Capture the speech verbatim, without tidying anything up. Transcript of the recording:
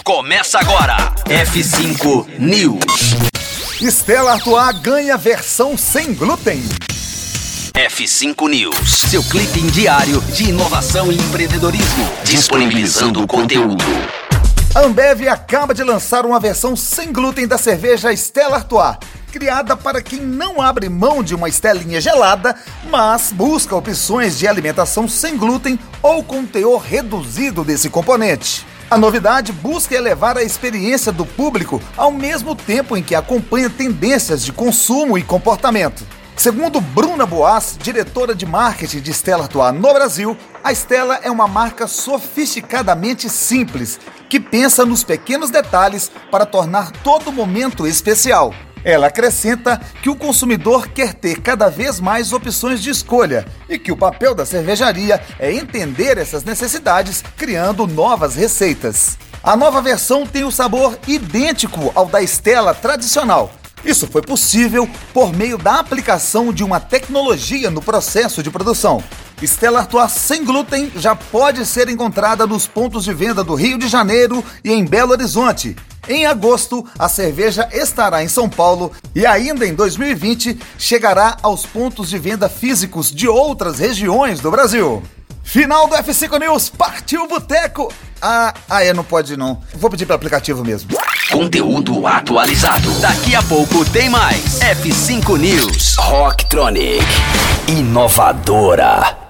Começa agora. F cinco News. Stella Artois ganha versão sem glúten. F cinco News, seu clipe diário de inovação e empreendedorismo, disponibilizando o conteúdo. A Ambev acaba de lançar uma versão sem glúten da cerveja Stella Artois, criada para quem não abre mão de uma estelinha gelada, mas busca opções de alimentação sem glúten ou com teor reduzido desse componente. A novidade busca elevar a experiência do público ao mesmo tempo em que acompanha tendências de consumo e comportamento. Segundo Bruna Boas, diretora de marketing de Stella Artois no Brasil, a Stella é uma marca sofisticadamente simples, que pensa nos pequenos detalhes para tornar todo momento especial. Ela acrescenta que o consumidor quer ter cada vez mais opções de escolha e que o papel da cervejaria é entender essas necessidades, criando novas receitas. A nova versão tem o sabor idêntico ao da Stella tradicional. Isso foi possível por meio da aplicação de uma tecnologia no processo de produção. Stella Artois sem glúten já pode ser encontrada nos pontos de venda do Rio de Janeiro e em Belo Horizonte. Em agosto, a cerveja estará em São Paulo e ainda em dois mil e vinte chegará aos pontos de venda físicos de outras regiões do Brasil. Final do F cinco News, partiu o boteco! Ah, ah, é, não pode não. Vou pedir pelo aplicativo mesmo. Conteúdo atualizado. Daqui a pouco tem mais. F cinco News. Rocktronic. Inovadora.